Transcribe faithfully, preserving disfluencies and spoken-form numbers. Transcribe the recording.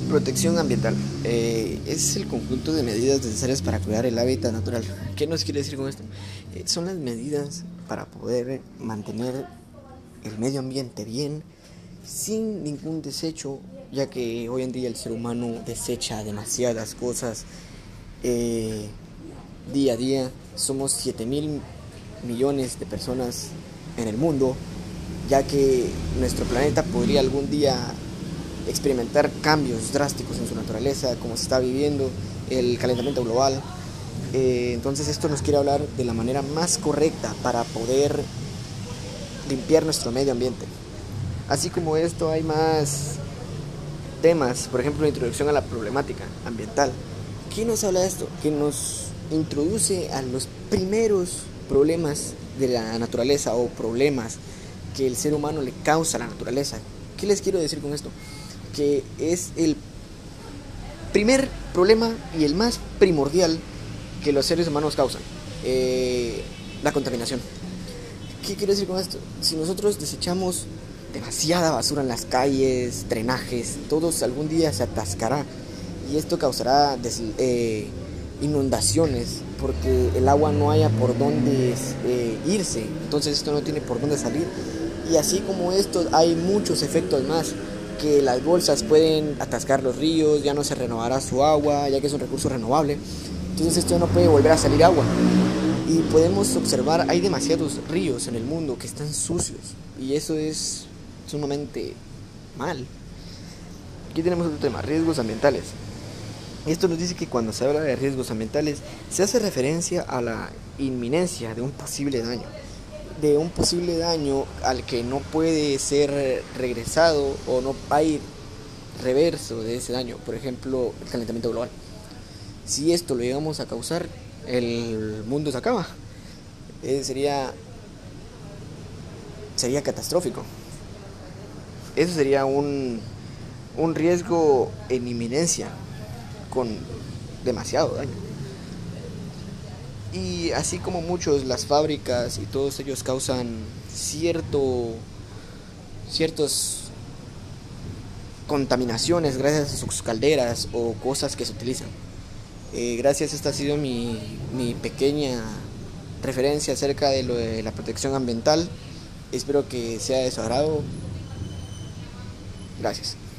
Protección ambiental eh, es el conjunto de medidas necesarias para cuidar el hábitat natural. ¿Qué nos quiere decir con esto? Eh, son las medidas para poder mantener el medio ambiente bien, sin ningún desecho, ya que hoy en día el ser humano desecha demasiadas cosas eh, día a día. Somos siete mil millones de personas en el mundo, ya que nuestro planeta podría algún día experimentar cambios drásticos en su naturaleza, como se está viviendo el calentamiento global. Eh, entonces esto nos quiere hablar de la manera más correcta para poder limpiar nuestro medio ambiente. Así como esto hay más temas, por ejemplo la introducción a la problemática ambiental. ¿Qué nos habla de esto? Que nos introduce a los primeros problemas de la naturaleza o problemas que el ser humano le causa a la naturaleza. ¿Qué les quiero decir con esto? Que es el primer problema y el más primordial que los seres humanos causan, eh, la contaminación. ¿Qué quiero decir con esto? Si nosotros desechamos demasiada basura en las calles, drenajes, todos algún día se atascará y esto causará des, eh, inundaciones porque el agua no haya por dónde eh, irse, entonces esto no tiene por dónde salir. Y así como esto hay muchos efectos más, que las bolsas pueden atascar los ríos, ya no se renovará su agua, ya que es un recurso renovable, entonces esto no puede volver a salir agua. Y podemos observar, hay demasiados ríos en el mundo que están sucios, y eso es sumamente mal. Aquí tenemos otro tema, riesgos ambientales. Esto nos dice que cuando se habla de riesgos ambientales, se hace referencia a la inminencia de un posible daño. de un posible daño al que no puede ser regresado o no hay reverso de ese daño, por ejemplo el calentamiento global. Si esto lo llegamos a causar, el mundo se acaba. Eh, sería sería catastrófico. Eso sería un un riesgo en inminencia con demasiado daño. Y así como muchos, las fábricas y todos ellos causan cierto ciertas contaminaciones gracias a sus calderas o cosas que se utilizan. Eh, gracias, esta ha sido mi, mi pequeña referencia acerca de lo de la protección ambiental. Espero que sea de su agrado. Gracias.